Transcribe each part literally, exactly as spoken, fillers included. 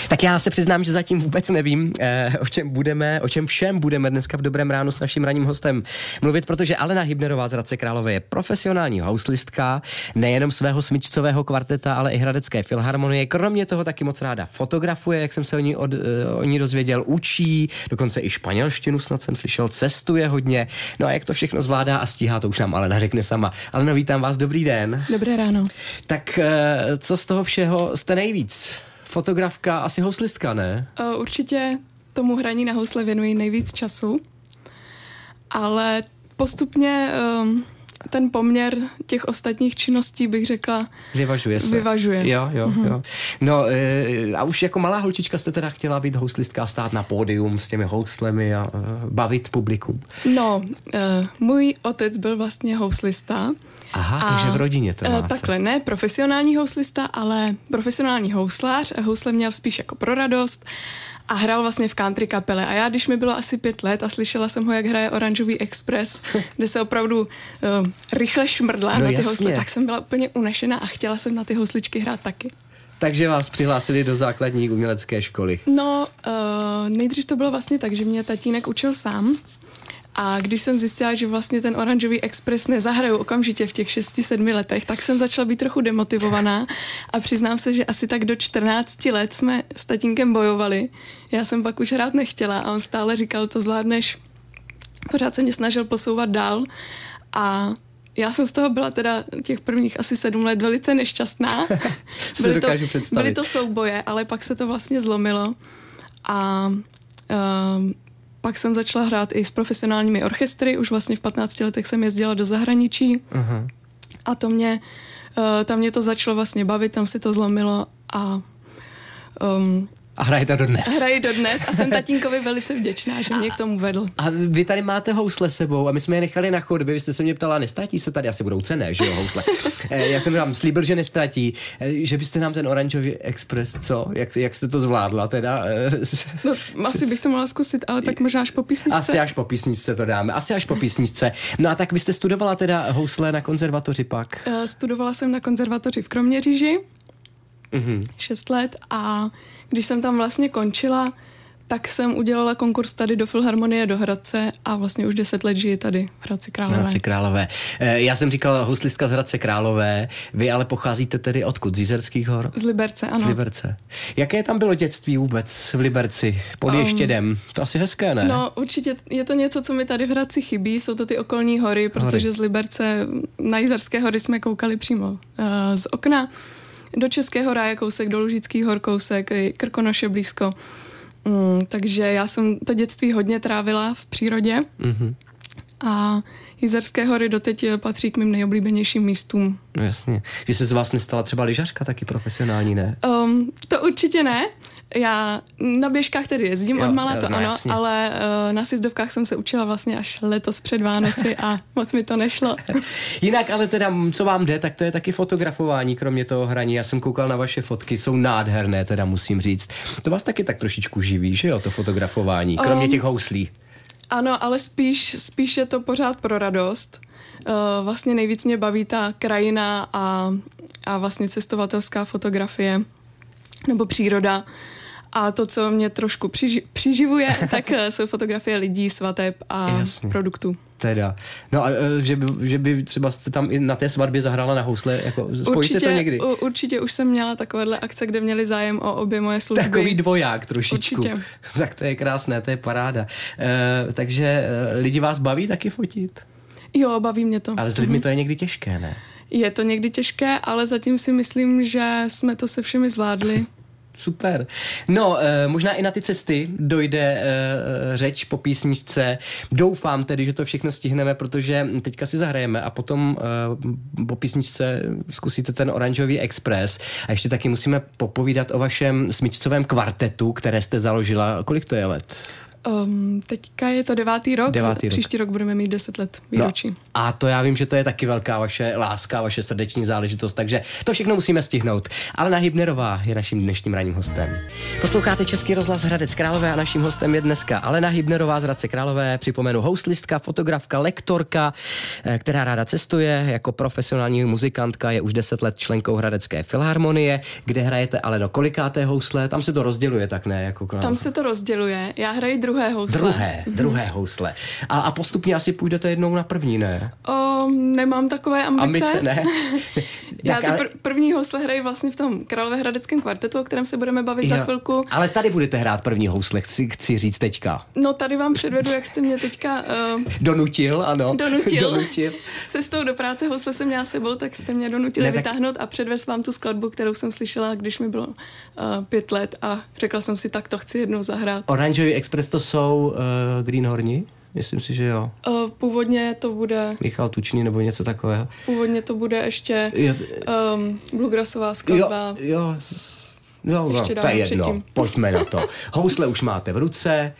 Tak já se přiznám, že zatím vůbec nevím, eh, o čem budeme, o čem všem budeme dneska v Dobrém ránu s naším ranním hostem mluvit, protože Alena Hybnerová z Hradce Králové je profesionální houslistka, nejenom svého smyčcového kvarteta, ale i Hradecké filharmonie. Kromě toho taky moc ráda fotografuje, jak jsem se o ní, od, o ní dozvěděl, učí, dokonce i španělštinu snad jsem slyšel, cestuje hodně. No a jak to všechno zvládá a stíhá, to už nám Alena řekne sama. Alena, vítám vás, dobrý den. Dobré ráno. Tak eh, co z toho všeho jste nejvíc? Fotografka, asi houslistka, ne? Určitě tomu hraní na housle věnuji nejvíc času, ale postupně um, ten poměr těch ostatních činností, bych řekla, vyvažuje se. Vyvažuje. Jo, jo, mm-hmm. jo. No e, a už jako malá holčička jste teda chtěla být houslistka, stát na pódium s těmi houslemi a e, bavit publikum. No, e, můj otec byl vlastně houslista. Aha, a, takže v rodině to máte. Takhle, ne profesionální houslista, ale profesionální houslář a housle měl spíš jako pro radost a hrál vlastně v country kapele. A já, když mi bylo asi pět let a slyšela jsem ho, jak hraje Oranžový Express, kde se opravdu uh, rychle šmrdlá no na ty jasně. housle, tak jsem byla úplně unešená a chtěla jsem na ty housličky hrát taky. Takže vás přihlásili do základní umělecké školy. No, uh, nejdřív to bylo vlastně tak, že mě tatínek učil sám. A když jsem zjistila, že vlastně ten Oranžový Express nezahraju okamžitě v těch šesti, sedmi letech, tak jsem začala být trochu demotivovaná a přiznám se, že asi tak do čtrnácti let jsme s tatínkem bojovali. Já jsem pak už hrát nechtěla a on stále říkal, to zvládneš. Pořád se mě snažil posouvat dál a já jsem z toho byla teda těch prvních asi sedm let velice nešťastná. byly, to, byly to souboje, ale pak se to vlastně zlomilo a uh, pak jsem začala hrát i s profesionálními orchestry, už vlastně v patnácti letech jsem jezdila do zahraničí uh-huh. a to mě, uh, tam mě to začalo vlastně bavit, tam se to zlomilo a um, a hrajete dodnes. Hraji dodnes a jsem tatínkovi velice vděčná, že mě k tomu vedl. A vy tady máte housle sebou a my jsme je nechali na chodbě, vy jste se mě ptala, nestratí se tady, asi budou cenné, že jo, housle. Já jsem vám slíbil, že nestratí, že byste nám ten Oranžový Express, co? Jak, jak jste to zvládla teda? No, asi bych to mohla zkusit, ale tak možná až po písničce. Asi až po písničce to dáme, asi až po písničce. No a tak vy jste studovala teda housle na konzervatoři pak? Uh, studovala jsem na konzervatoři v Kroměříži, mm-hmm. šest let a když jsem tam vlastně končila, tak jsem udělala konkurs tady do Filharmonie do Hradce a vlastně už deset let žiji tady v Hradci Králové. Hradci Králové. Já jsem říkala houslistka z Hradce Králové, vy ale pocházíte tedy odkud? Z Jizerských hor? Z Liberce, ano. Z Liberce. Jaké tam bylo dětství vůbec v Liberci? Pod um, Ještědem? To asi hezké, ne? No určitě je to něco, co mi tady v Hradci chybí, jsou to ty okolní hory, protože hory. Z Liberce na Jizerské hory jsme koukali přímo uh, z okna. Do Českého ráje kousek, do Lužických hor kousek, Krkonoše blízko. Mm, takže já jsem to dětství hodně trávila v přírodě. Mm-hmm. A Jizerské hory doteď patří k mým nejoblíbenějším místům. No jasně. Že se z vás nestala třeba lyžařka taky profesionální, ne? Um, to určitě ne. Já na běžkách tedy jezdím od mala, to no, ano, jasně. ale uh, na sjezdovkách jsem se učila vlastně až letos před Vánoci a moc mi to nešlo. Jinak ale teda, co vám jde, tak to je taky fotografování, kromě toho hraní. Já jsem koukal na vaše fotky, jsou nádherné, teda musím říct. To vás taky tak trošičku živí, že jo, to fotografování, kromě um, těch houslí. Ano, ale spíš, spíš je to pořád pro radost. Uh, vlastně nejvíc mě baví ta krajina a, a vlastně cestovatelská fotografie nebo příroda. A to, co mě trošku přiži- přiživuje, tak jsou fotografie lidí, svateb a jasně. produktů. Teda. No a že by, že by třeba jste tam i na té svatbě zahrála na housle, jako spojíte určitě, to někdy? U, určitě už jsem měla takovéhle akce, kde měli zájem o obě moje služby. Takový dvoják trošičku. Určitě. Tak to je krásné, to je paráda. E, takže e, lidi vás baví taky fotit? Jo, baví mě to. Ale s lidmi mm. to je někdy těžké, ne? Je to někdy těžké, ale zatím si myslím, že jsme to se všemi zvládli. Super. No, e, možná i na ty cesty dojde e, řeč po písničce. Doufám tedy, že to všechno stihneme, protože teďka si zahrajeme a potom e, po písničce zkusíte ten Oranžový Express. A ještě taky musíme popovídat o vašem smyčcovém kvartetu, které jste založila. Kolik to je let? Um, teďka je to devátý rok, devátý příští rok. rok budeme mít deset let výročí. No, a to já vím, že to je taky velká vaše láska, vaše srdeční záležitost, takže to všechno musíme stihnout. Alena Hybnerová je naším dnešním ranním hostem. Posloucháte Český rozhlas Hradec Králové a naším hostem je dneska Alena Hybnerová z Hradce Králové, připomenu houslistka, fotografka, lektorka, která ráda cestuje, jako profesionální muzikantka je už deset let členkou Hradecké filharmonie, kde hrajete, Aleno, kolikáté housle, tam se to rozděluje, tak ne? Jako tam se to rozděluje, já hraji druhé housle. Druhé, mm-hmm. druhé housle. A, a postupně asi půjdete jednou na první, ne? O, nemám takové ambice. Ambice, ne? Já ty pr- první housle hraji vlastně v tom Královéhradeckém kvartetu, o kterém se budeme bavit jo, za chvilku. Ale tady budete hrát první housle, chci, chci říct teďka. No tady vám předvedu, jak jste mě teďka... Uh, donutil, ano. Donutil. donutil. Cestou do práce housle jsem měla sebou, tak jste mě donutili ne, tak... vytáhnout a předvést vám tu skladbu, kterou jsem slyšela, když mi bylo uh, pět let a řekla jsem si, tak to chci jednou zahrát. Oranžový Express to jsou uh, Greenhorni? Myslím si, že jo. Uh, původně to bude... Michal Tučný nebo něco takového. Původně to bude ještě jo, um, bluegrassová skladba. Jo, jo, jo no, to je jedno. Předtím. Pojďme na to. Housle už máte v ruce.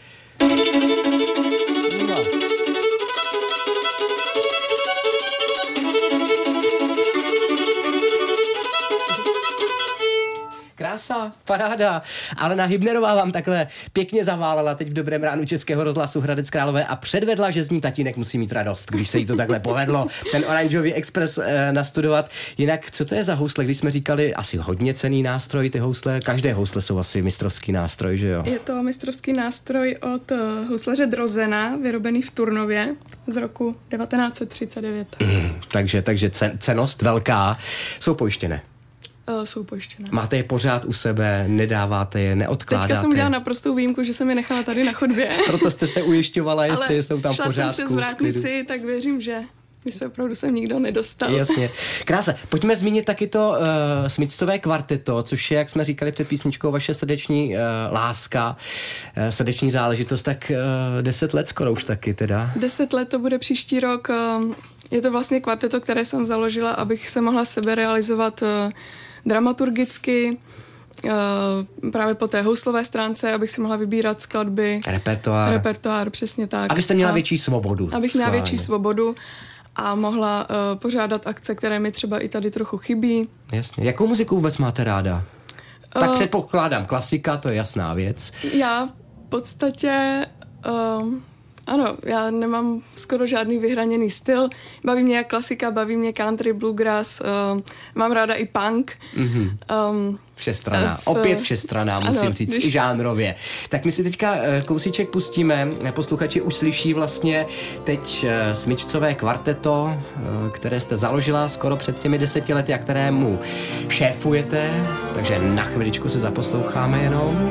Krása, paráda. Alena Hybnerová vám takhle pěkně zaválela teď v dobrém ránu Českého rozhlasu Hradec Králové a předvedla, že z ní tatínek musí mít radost, když se jí to takhle povedlo, ten Oranžový Express eh, nastudovat. Jinak, co to je za housle, když jsme říkali, asi hodně cenný nástroj, ty housle, každé housle jsou asi mistrovský nástroj, že jo? Je to mistrovský nástroj od uh, houslaře Drozena, vyrobený v Turnově z roku devatenáct set třicet devět. Mm, takže takže cen, cenost velká. Jsou pojištěné? Uh, jsou pojištěné. Máte je pořád u sebe, nedáváte je, neodkládáte? Teďka jsem udělala naprostou výjimku, že jsem je nechala tady na chodbě. Proto jste se ujišťovala, jestli ale jsou tam v pořádku. šla jsem přes vrátnici, tak věřím, že mi se opravdu sem nikdo nedostal. Jasně. Krása. Pojďme zmínit taky to uh, smyčcové kvarteto, což je, jak jsme říkali před písničkou, vaše srdeční uh, láska, uh, srdeční záležitost, tak uh, deset let skoro už taky teda. Deset let to bude příští rok. Uh, je to vlastně kvarteto, které jsem založila, abych se mohla sebe realizovat uh, dramaturgicky, uh, právě po té houslové stránce, abych si mohla vybírat skladby. Repertoár. Repertoár, přesně tak. Abyste měla a větší svobodu. Abych měla větší svobodu a mohla uh, pořádat akce, které mi třeba i tady trochu chybí. Jasně. Jakou muziku vůbec máte ráda? Uh, tak předpokládám klasika, to je jasná věc. Já v podstatě... Uh, Ano, já nemám skoro žádný vyhraněný styl. Baví mě jak klasika, baví mě country, bluegrass, uh, mám ráda i punk. Mm-hmm. Um, Všestraná, v, opět všestraná, musím ano, říct, když... i žánrově. Tak my si teďka kousíček pustíme, posluchači už slyší vlastně teď smyčcové kvarteto, které jste založila skoro před těmi deseti lety a kterému šéfujete, takže na chviličku se zaposloucháme jenom.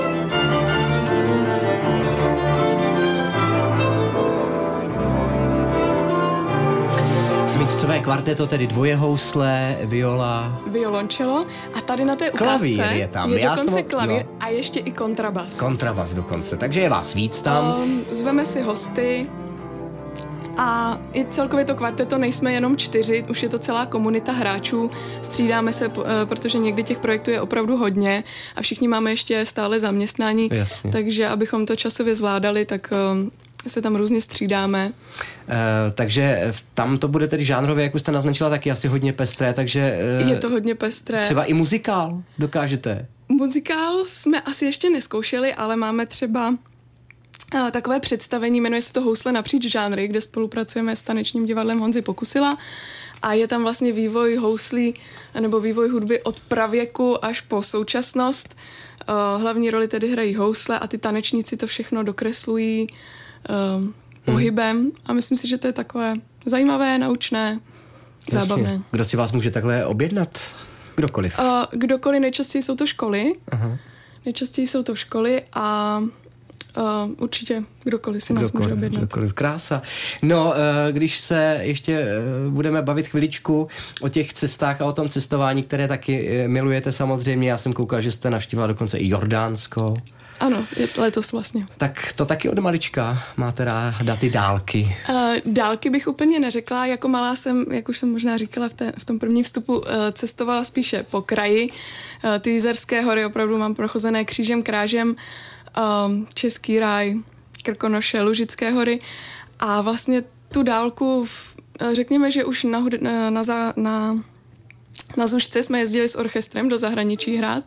Smyčcové kvarteto, tedy dvoje housle, viola... Violončelo a tady na té ukázce klavír je tam. je Já dokonce jsem... klavír no. a ještě i kontrabas. Kontrabas dokonce, takže je vás víc tam. Um, zveme si hosty a i celkově to kvarteto nejsme jenom čtyři, už je to celá komunita hráčů, střídáme se, protože někdy těch projektů je opravdu hodně a všichni máme ještě stále zaměstnání, Jasně. Takže abychom to časově zvládali, tak... Um, se tam různě střídáme. Uh, takže tam to bude tedy žánrově, jak už jste naznačila, taky asi hodně pestré, takže... Uh, je to hodně pestré. Třeba i muzikál dokážete? Muzikál jsme asi ještě neskoušeli, ale máme třeba uh, takové představení, jmenuje se to Housle napříč žánry, kde spolupracujeme s tanečním divadlem Honzy Pokusila a je tam vlastně vývoj houslí nebo vývoj hudby od pravěku až po současnost. Uh, hlavní roli tedy hrají housle a ty tanečníci to všechno dokreslují Uh, pohybem hmm. a myslím si, že to je takové zajímavé, naučné, Jasně. zábavné. Kdo si vás může takhle objednat? Kdokoliv? Uh, kdokoliv, nejčastěji jsou to školy. Aha. Nejčastěji jsou to školy a uh, určitě kdokoliv si nás kdokoliv, může objednat. Kdokoliv, krása. No, uh, když se ještě uh, budeme bavit chviličku o těch cestách a o tom cestování, které taky uh, milujete samozřejmě. Já jsem koukal, že jste navštívila dokonce i Jordánsko. Ano, je letos vlastně. Tak to taky od malička máte ráda ty dálky? Uh, dálky bych úplně neřekla. Jako malá jsem, jak už jsem možná říkala v, té, v tom prvním vstupu, uh, cestovala spíše po kraji. Uh, ty Jizerské hory opravdu mám prochozené křížem krážem. Uh, Český ráj, Krkonoše, Lužické hory a vlastně tu dálku, řekněme, že už na, na, na, na, na Zušce jsme jezdili s orchestrem do zahraničí hrát,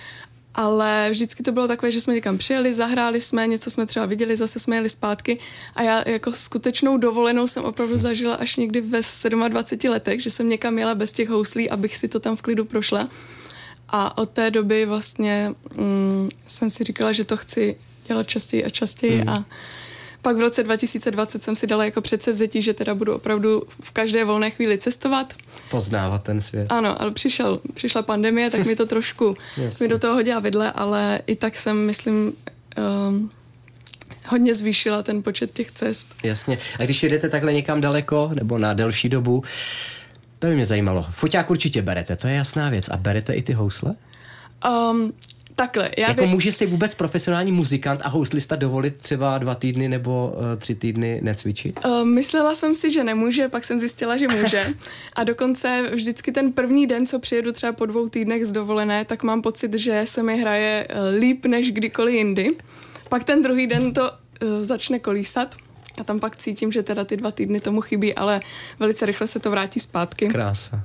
ale vždycky to bylo takové, že jsme někam přijeli, zahráli jsme, něco jsme třeba viděli, zase jsme jeli zpátky a já jako skutečnou dovolenou jsem opravdu zažila až někdy ve dvaceti sedmi letech, že jsem někam jela bez těch houslí, abych si to tam v klidu prošla. A od té doby vlastně mm, jsem si říkala, že to chci dělat častěji a častěji mm. a pak v roce dva tisíce dvacet jsem si dala jako předsevzetí, že teda budu opravdu v každé volné chvíli cestovat. Poznávat ten svět. Ano, ale přišel, přišla pandemie, tak mi to trošku mi do toho hodila vidle, ale i tak jsem, myslím, um, hodně zvýšila ten počet těch cest. Jasně. A když jedete takhle někam daleko nebo na delší dobu, to by mě zajímalo. Foťák určitě berete, to je jasná věc. A berete i ty housle? Um, Takhle. Já jako by... může si vůbec profesionální muzikant a houslista dovolit třeba dva týdny nebo uh, tři týdny necvičit? Uh, myslela jsem si, že nemůže, pak jsem zjistila, že může. A dokonce vždycky ten první den, co přijedu třeba po dvou týdnech z dovolené, tak mám pocit, že se mi hraje uh, líp než kdykoliv jindy. Pak ten druhý den to uh, začne kolísat a tam pak cítím, že teda ty dva týdny tomu chybí, ale velice rychle se to vrátí zpátky. Krása.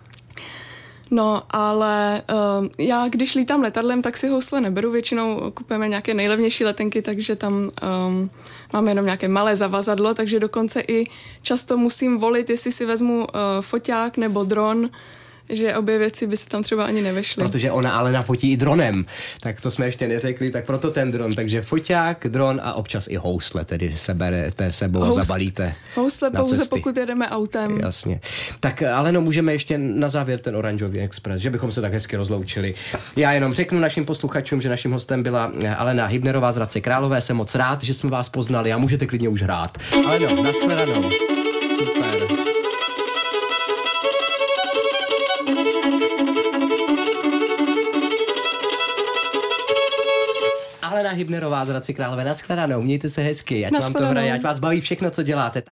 No, ale uh, já, když lítám letadlem, tak si housle neberu, většinou kupujeme nějaké nejlevnější letenky, takže tam um, máme jenom nějaké malé zavazadlo, takže dokonce i často musím volit, jestli si vezmu uh, foťák nebo dron, že obě věci by se tam třeba ani nevešly. Protože ona Alena fotí i dronem, tak to jsme ještě neřekli, tak proto ten dron, takže foťák, dron a občas i housle, tedy seberete sebou Hous, a zabalíte housle na pouze, cesty. pokud jedeme autem. Jasně. Tak Aleno, můžeme ještě na závěr ten Oranžový Express, že bychom se tak hezky rozloučili. Já jenom řeknu našim posluchačům, že naším hostem byla Alena Hybnerová z Hradce Králové. Jsem moc rád, že jsme vás poznali a můžete klidně už hrát. Aleno, nashledanou. Super. Alena Hybnerová z Hradce Králové, nashledanou, mějte se hezky, ať vám to hraje, ať vás baví všechno, co děláte.